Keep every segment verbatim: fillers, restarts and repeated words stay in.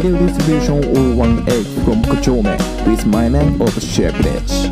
Radio Distribution ゼロいち from コチョウメ with my man of Share Village。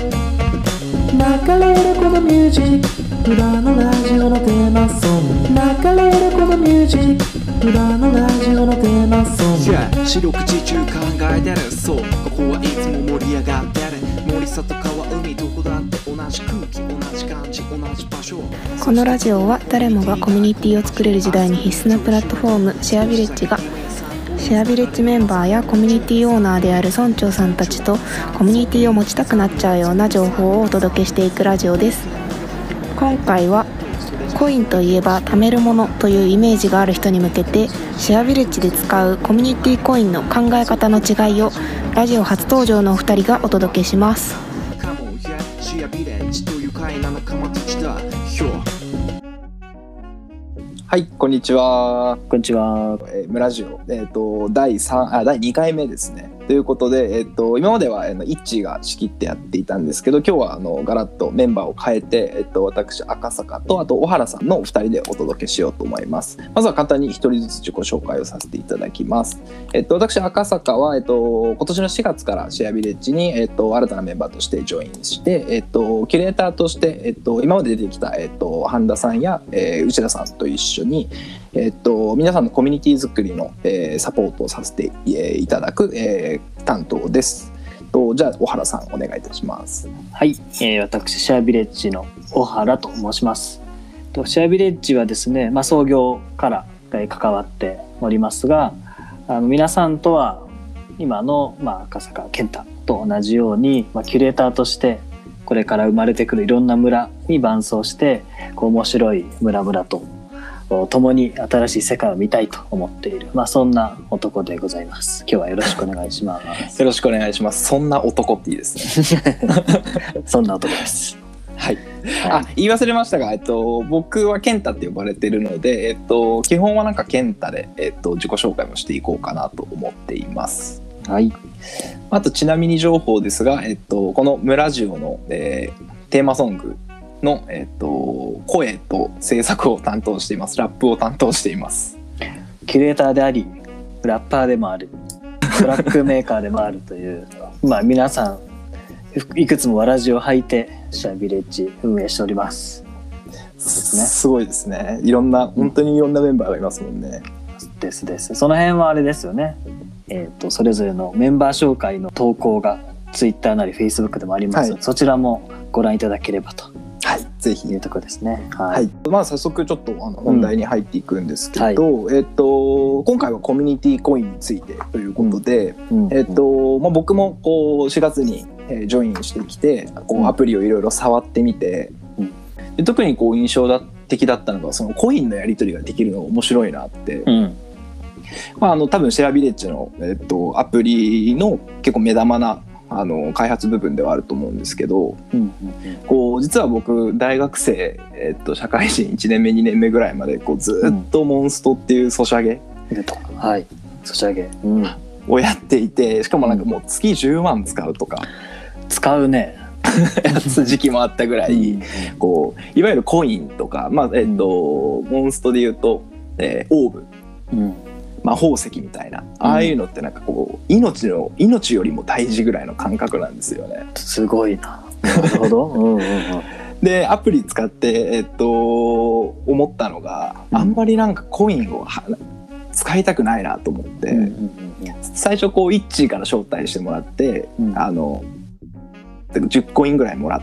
流れるこのミュージック裏のラジオのテーマソング、流れるこのミュージック裏のラジオのテーマソング、 yeah、四六時中考えてる、そうここはいつも盛り上がってる、森里川海どこだって同じ空気同じ感じ同じ場所。 このラジオは誰もがコミュニティを作れる時代に必須なプラットフォームシェアビレッジがシェアビレッジメンバーやコミュニティオーナーである村長さんたちとコミュニティを持ちたくなっちゃうような情報をお届けしていくラジオです。今回はコインといえば貯めるものというイメージがある人に向けてシェアビレッジで使うコミュニティコインの考え方の違いをラジオ初登場のお二人がお届けします。 シェアビレッジという会な仲間たちだ。 はい、こんにちは。 こんにちは。 えー、ムラジオ、えーと、だいさんあだいにかいめですね。ということで、えーと、今まではあのイッチーが仕切ってやっていたんですけど、今日はあのガラッとメンバーを変えて、えーと、私赤坂とあと小原さんのお二人でお届けしようと思います。まずは簡単に一人ずつ自己紹介をさせていただきます。えーと、私赤坂は、えーと、今年のしがつからシェアビレッジに、えーと、新たなメンバーとしてジョインして、えーと、キュレーターとして、えーと、今まで出てきた、えーと、半田さんや、えー、内田さんと一緒にえっと、皆さんのコミュニティ作りの、えー、サポートをさせて、えー、いただく、えー、担当です。とじゃあ小原さんお願いいたします。 はい、えー、私シェアビレッジの小原と申します。とシェアビレッジはですね、まあ、創業から関わっておりますが、あの皆さんとは今の、まあ、赤坂健太と同じように、まあ、キュレーターとしてこれから生まれてくるいろんな村に伴走してこう面白い村々と共に新しい世界を見たいと思っている、まあ、そんな男でございます。今日はよろしくお願いします。 よろしくお願いします。そんな男っていいですね。 そんな男です。 はい、はい、あ言い忘れましたが、えっと、僕は健太って呼ばれてるので、えっと、基本はなんか健太で、えっと、自己紹介もしていこうかなと思っています。 はい、 あとちなみに情報ですが、えっと、このムラジオの、えー、テーマソングの、えっと、声と制作を担当しています。ラップを担当しています。 キュレーターでありラッパーでもあるトラックメーカーでもあるというまあ皆さんいくつもわらじを履いてシェアビレッジ運営しております。 す, ね、すごいですね。いろんな本当にいろんなメンバーがいますもんね。 ですです。その辺はあれですよね、えーと、それぞれのメンバー紹介の投稿がツイッターなりフェイスブックでもあります、はい、そちらもご覧いただければと。 はい、ぜひいうところですね。はい。 はい、まあ早速ちょっとあの本題に入っていくんですけど、うんはい、えっと今回はコミュニティコインについてということで、うんうん、えっとまあ僕もこうしがつにジョインしてきて、こうアプリをいろいろ触ってみて、うん、で特にこう印象的だったのがそのコインのやり取りができるのが面白いなって。うん、まああの多分シェアビレッジのえっとアプリの結構目玉なあの開発部分ではあると思うんですけど、うんうんうん、こう実は僕大学生、えっと、社会人いちねんめにねんめぐらいまでこうずっとモンストっていうソシャゲ、 うん、はいソシャゲ、うん、 をやっていて、しかもなんかもう月じゅうまん使うとか、 うん、使うねやつ時期もあったぐらい、うん、こういわゆるコインとか、まあえっとうん、モンストでいうと、えー、オーブ、うん魔法石みたいな、ああいうのってなんかこう命の命よりも大事ぐらいの感覚なんですよね。 すごいな。なるほど。うんうんうん、 でアプリ使ってえっと思ったのが、あんまりなんかコインを使いたくないなと思って、うんうんうん、最初こうイッチーから招待してもらって、うん、あのじゅっコインぐらいもらって。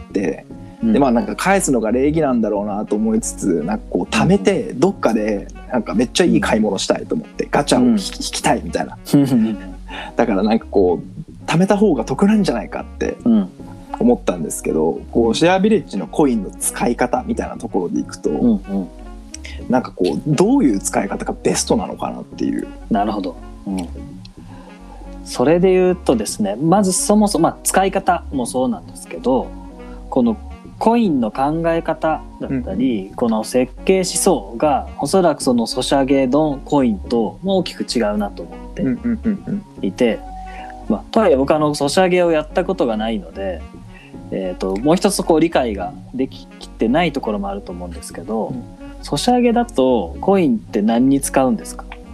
でまあなんか返すのが礼儀なんだろうなと思いつつ、なんかこう貯めてどっかでなんかめっちゃいい買い物したいと思ってガチャを引き、うん、引きたいみたいなだからなんかこう貯めた方が得なんじゃないかって思ったんですけど、こうシェアビレッジのコインの使い方みたいなところでいくと、うんうん、なんかこうどういう使い方がベストなのかなっていう。 なるほど、うん、それで言うとですね、まずそもそも、まあ、使い方もそうなんですけど、このコインの考え方だったり、うん、この設計思想がおそらくそのソシャゲのコインと大きく違うなと思っていて、まあ、とはいえ僕はあのソシャゲをやったことがないので、えー、ともう一つこう理解ができきってないところもあると思うんですけど、うん、ソシャゲだとコインって何に使うんですか？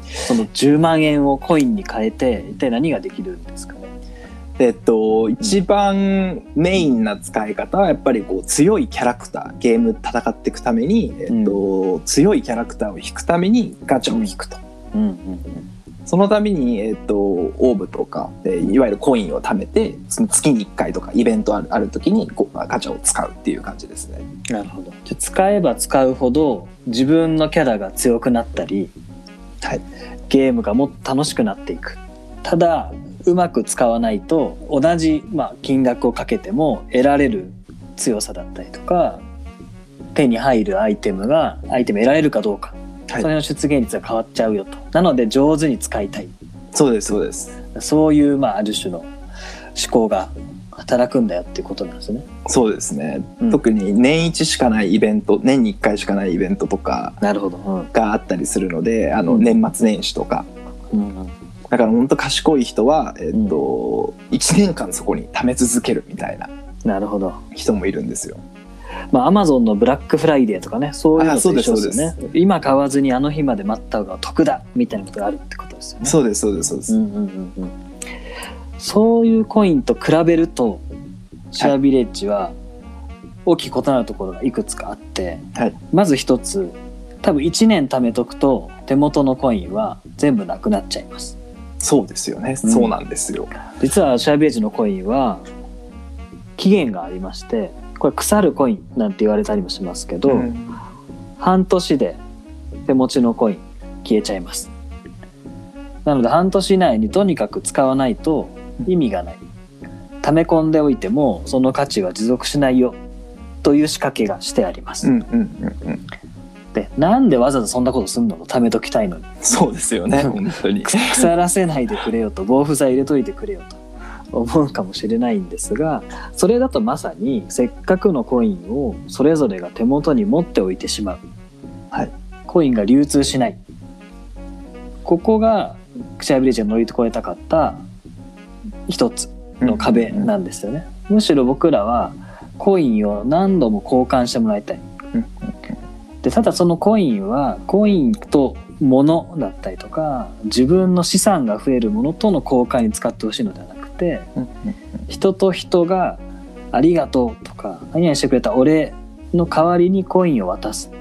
そのじゅうまんえんをコインに変えて一体何ができるんですかね。 えっと、一番メインな使い方はやっぱりこう強いキャラクター、ゲーム戦っていくために、えっとうん、強いキャラクターを引くためにガチャを引くと、うんうんうん、そのために、えっと、オーブとか、えー、いわゆるコインを貯めてその月にいっかいとかイベントある、ある時にこうガチャを使うっていう感じですね。 なるほど。じゃ使えば使うほど自分のキャラが強くなったり、はい、ゲームがもっと楽しくなっていく。ただうまく使わないと同じ、まあ、金額をかけても得られる強さだったりとか手に入るアイテムがアイテム得られるかどうか、はい、それの出現率が変わっちゃうよと。なので上手に使いたい。 そうですそうです。 そういう、まあ、ある種の思考が働くんだよっていうことなんですね。 そうですね、うん、特に年一しかないイベント、年にいっかいしかないイベントとかがあったりするので、あの年末年始とか、うんうん、だから本当賢い人は、えーとうん、いちねんかんそこに貯め続けるみたいななるほど人もいるんですよ。 まあ、アマゾンのブラックフライデーとかね、そういうのと一緒ですよね。今買わずにあの日まで待った方が得だみたいなことがあるってことですよね。 そうですそうですそうです、うんうんうんうん、 そういうコインと比べるとシェアビレッジは大きく異なるところがいくつかあって、はい、まず一つ、多分いちねん貯めとくと手元のコインは全部なくなっちゃいます。 そうですよね、うん、そうなんですよ。 実はシェアビレッジのコインは期限がありまして、これ腐るコインなんて言われたりもしますけど、うん、半年で手持ちのコイン消えちゃいます。なので半年以内にとにかく使わないと意味がない、溜め込んでおいてもその価値は持続しないよという仕掛けがしてあります、うんうんうんうん、で、なんでわざわざそんなことすんの？貯めときたいのに。 そうですよね本当に腐らせないでくれよと、防腐剤入れといてくれよと思うかもしれないんですが、それだとまさにせっかくのコインをそれぞれが手元に持っておいてしまう、はい、コインが流通しない、ここがシェアビレッジが乗り越えたかった一つの壁なんですよね、うんうんうん、むしろ僕らはコインを何度も交換してもらいたい、うんうんうん、でただそのコインはコインと物だったりとか自分の資産が増えるものとの交換に使ってほしいのではなくて、人と人がありがとうとか何々してくれたお礼の代わりにコインを渡す、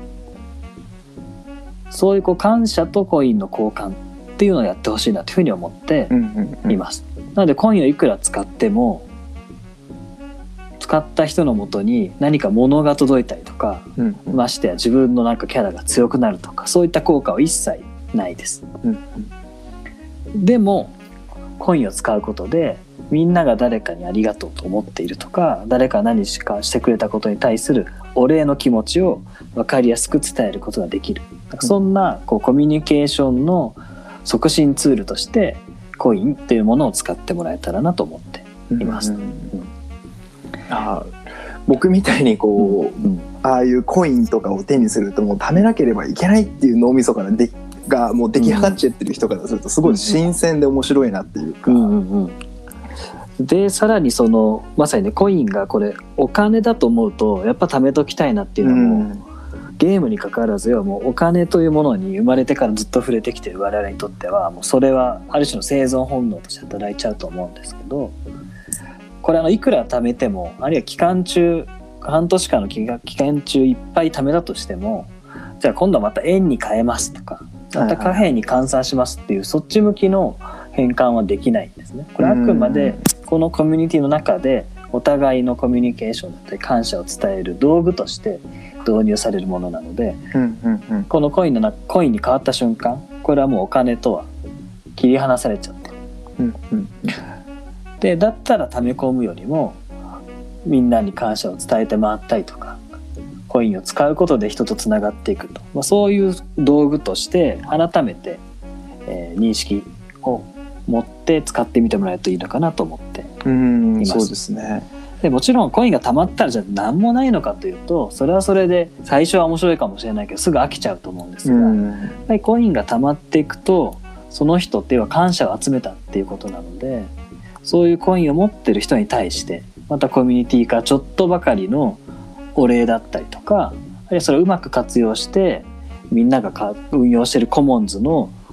そういうこう感謝とコインの交換っていうのをやってほしいなというふうに思っています、うんうんうん、なのでコインをいくら使っても使った人のもとに何か物が届いたりとか、うんうん、ましてや自分のなんかキャラが強くなるとかそういった効果は一切ないです、うんうん、でもコインを使うことでみんなが誰かにありがとうと思っているとか誰か何かしてくれたことに対するお礼の気持ちを分かりやすく伝えることができる、そんなこうコミュニケーションの促進ツールとしてコインというものを使ってもらえたらなと思っています、うんうん、 あ僕みたいにこう、うん、ああいうコインとかを手にするともう貯めなければいけないっていう脳みそからでがもう出来上がっちゃってる人からするとすごい新鮮で面白いなっていうか、うんうんうん、でさらにそのまさにねコインがこれお金だと思うとやっぱ貯めときたいなっていうのも、うん、ゲームに関わらずはもうお金というものに生まれてからずっと触れてきている我々にとってはもうそれはある種の生存本能として働いちゃうと思うんですけど、これあのいくら貯めてもあるいは期間中半年間の期間中いっぱい貯めたとしてもじゃあ今度はまた円に変えますとかまた貨幣に換算しますっていうそっち向きの変換はできないんですね。これあくまでこのコミュニティの中でお互いのコミュニケーションだったり感謝を伝える道具として導入されるものなので、うんうんうん、このコインのなコインに変わった瞬間これはもうお金とは切り離されちゃって、うんうん、でだったら溜め込むよりもみんなに感謝を伝えて回ったりとかコインを使うことで人とつながっていくと、まあ、そういう道具として改めて、えー、認識を持って使ってみてもらえるといいのかなと思っています。うん、 そうですね。 でもちろんコインが貯まったらじゃあ何もないのかというとそれはそれで最初は面白いかもしれないけどすぐ飽きちゃうと思うんですが、うん、やっぱりコインが貯まっていくとその人っていうのは感謝を集めたっていうことなのでそういうコインを持ってる人に対してまたコミュニティからちょっとばかりのお礼だったりとかあるいはそれをうまく活用してみんなが運用しているコモンズの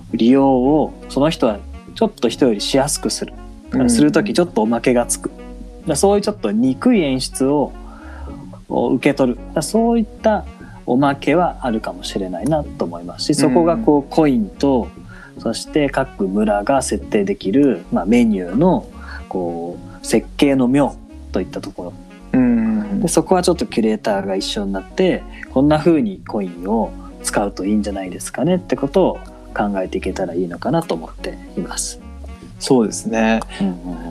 利用をその人はちょっと人よりしやすくする、する時ちょっとおまけがつく、そういうちょっと憎い演出を受け取る、そういったおまけはあるかもしれないなと思いますし、そこがこうコインとそして各村が設定できる、まあ、メニューのこう設計の妙といったところ、うん、でそこはちょっとキュレーターが一緒になってこんな風にコインを使うといいんじゃないですかねってことを考えていけたらいいのかなと思っています。 そうですね、うんうん、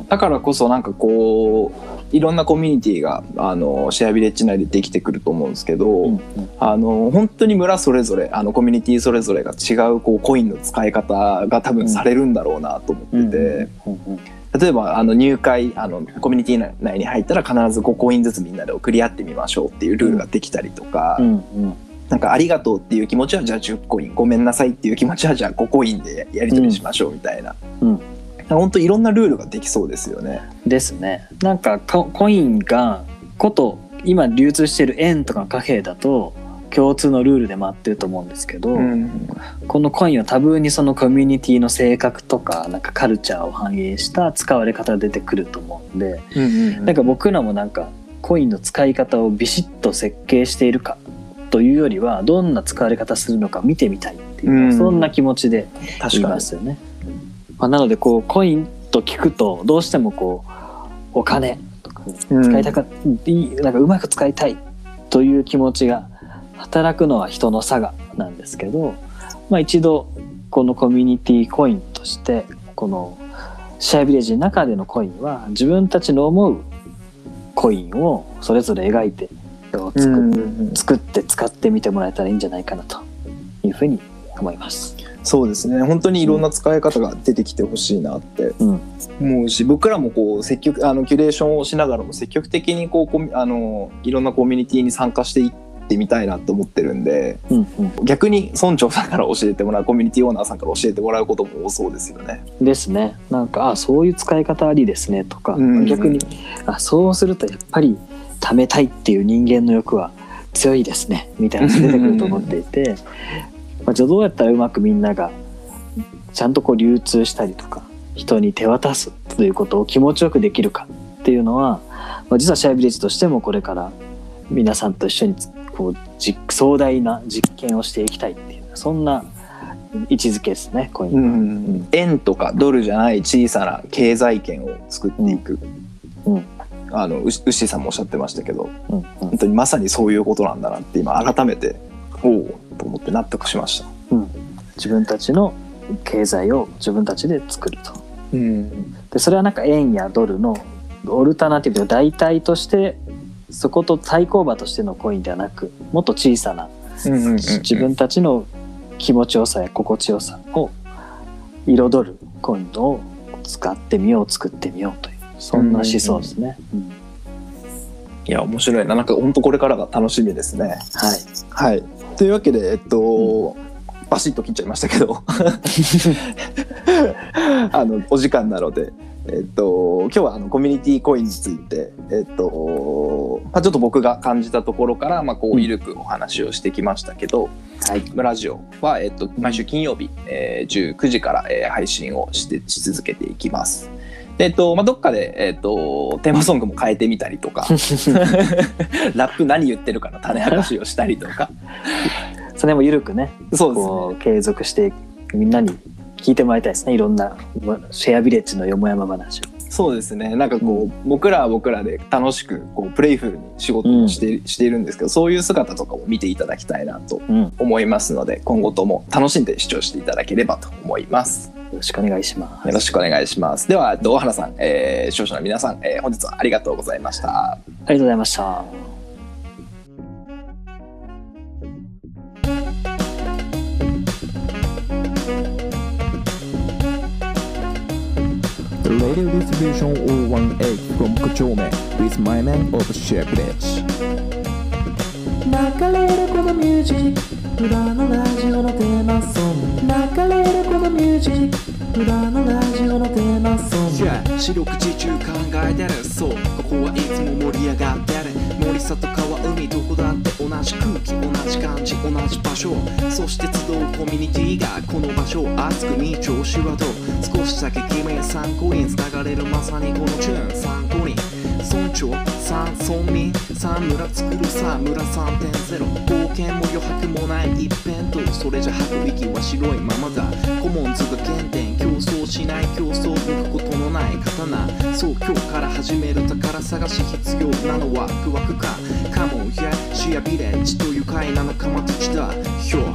だからこそなんかこういろんなコミュニティがあのシェアビレッジ内でできてくると思うんですけど、うんうん、あの本当に村それぞれあのコミュニティそれぞれが違うこうコインの使い方が多分されるんだろうなと思ってて、例えばあの入会あのコミュニティ内に入ったら必ずごコインずつみんなで送り合ってみましょうっていうルールができたりとか、うんうんうん、なんかありがとうっていう気持ちはじゃあじゅっコイン、ごめんなさいっていう気持ちはじゃあごコインでやり取りしましょうみたいな、うんうん本当いろんなルールができそうですよね。 ですね。なんかコインがこと今流通している円とか貨幣だと共通のルールで回ってると思うんですけど、うん、このコインは多分にそのコミュニティの性格とかなんかカルチャーを反映した使われ方が出てくると思うんで、うんうんうん、なんか僕らもなんかコインの使い方をビシッと設計しているかというよりはどんな使われ方するのか見てみたいっていう、うん、そんな気持ちでいますよね。まあ、なのでこうコインと聞くとどうしてもこうお金とか使いたか、うん、なんかうまく使いたいという気持ちが働くのは人の差がなんですけど、まあ、一度このコミュニティコインとしてこのシェアビレッジの中でのコインは自分たちの思うコインをそれぞれ描いて作っ、うん、作って使ってみてもらえたらいいんじゃないかなというふうに思います。 そうですね、本当にいろんな使い方が出てきてほしいなって思うし、うん、僕らもこう積極あのキュレーションをしながらも積極的にこうあのいろんなコミュニティに参加していってみたいなと思ってるんで、うんうん、逆に村長さんから教えてもらうコミュニティオーナーさんから教えてもらうことも多そうですよね。 ですね。なんかあそういう使い方ありですねとか、うんうん、逆にあそうするとやっぱり貯めたいっていう人間の欲は強いですねみたいなのが出てくると思っていてまあ、じゃあどうやったらうまくみんながちゃんとこう流通したりとか人に手渡すということを気持ちよくできるかっていうのは、まあ、実はシェアビレッジとしてもこれから皆さんと一緒にこう壮大な実験をしていきたいっていうそんな位置づけですねコインは、うんうん、 円とかドルじゃない小さな経済圏を作っていく、うんうん、あのウッシーさんもおっしゃってましたけど、うんうん、本当にまさにそういうことなんだなって今改めておうと思って納得しました、うん、 自分たちの経済を自分たちで作ると、うん、でそれはなんか円やドルのオルタナティブで代替としてそこと対抗馬としてのコインではなくもっと小さな、うんうんうんうん、自分たちの気持ちよさや心地よさを彩るコインを使ってみよう作ってみようというそんな思想ですね、うんうんうん、 いや面白いな。なんか本当これからが楽しみですね。はい、はい、というわけでえっと、うん、バシッと切っちゃいましたけどあのお時間なので、えっと、今日はあのコミュニティコインについて、えっとまあ、ちょっと僕が感じたところから、まあ、こう緩くお話をしてきましたけど、はい、ラジオは、えっと、毎週金曜日、えー、じゅうくじから、えー、配信をしてし続けていきます。でえっとまあ、どっかで、えっと、テーマソングも変えてみたりとかラップ何言ってるかの種明かしをしたりとかそれも緩くね、そうですね、こう継続してみんなに聞いてもらいたいですね。いろんなシェアビレッジのよもやま話を。 そうですね、なんかこう、うん、僕らは僕らで楽しくこうプレイフルに仕事をして、うん、しているんですけど、そういう姿とかも見ていただきたいなと思いますので、うん、今後とも楽しんで視聴していただければと思います。 よろしくお願いします。 よろしくお願いします。では大原さん、えー、視聴者の皆さん、えー、本日はありがとうございました。 ありがとうございました。 The radio distribution zero one eight from Kochome with my man of Share Village。 流れるこのミュージック裏のラジオのテーマソング流れるこのミュージック裏のラジオのテーマソング、 yeah、四六時中考えてるそうここはいつも盛り上がってる森里川海どこだって同じ空気同じ感じ同じ場所、そして集うコミュニティがこの場所を熱く見調子はどう、少しだけ君に参考に繋がれるまさにこのチューン参考に村長さん村民さん村作るさ村 さんてんゼロ 冒険も余白もない一辺とそれじゃ吐く息は白いままだコモンズが原点競争しない競争抜くことのない刀そう今日から始める宝探し必要なのはワクワクかカモンやシェアビレッジと愉快な仲間たちだよ